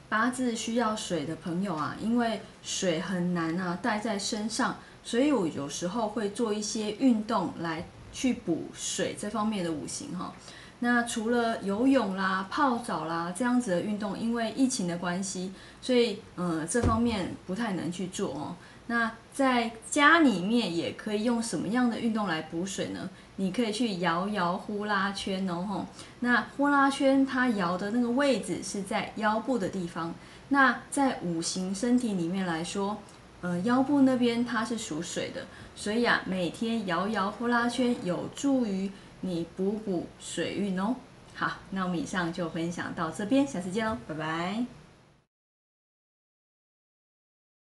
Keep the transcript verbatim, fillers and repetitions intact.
八字需要水的朋友啊，因为水很难啊带在身上，所以我有时候会做一些运动来去补水这方面的五行哈。那除了游泳啦、泡澡啦这样子的运动，因为疫情的关系，所以呃这方面不太能去做哦。那在家里面也可以用什么样的运动来补水呢？你可以去摇摇呼啦圈哦吼。那呼啦圈它摇的那个位置是在腰部的地方。那在五行身体里面来说，呃腰部那边它是属水的，所以啊每天摇摇呼啦圈有助于你补补水运哦。好，那我们以上就分享到这边，下次见喽，拜拜。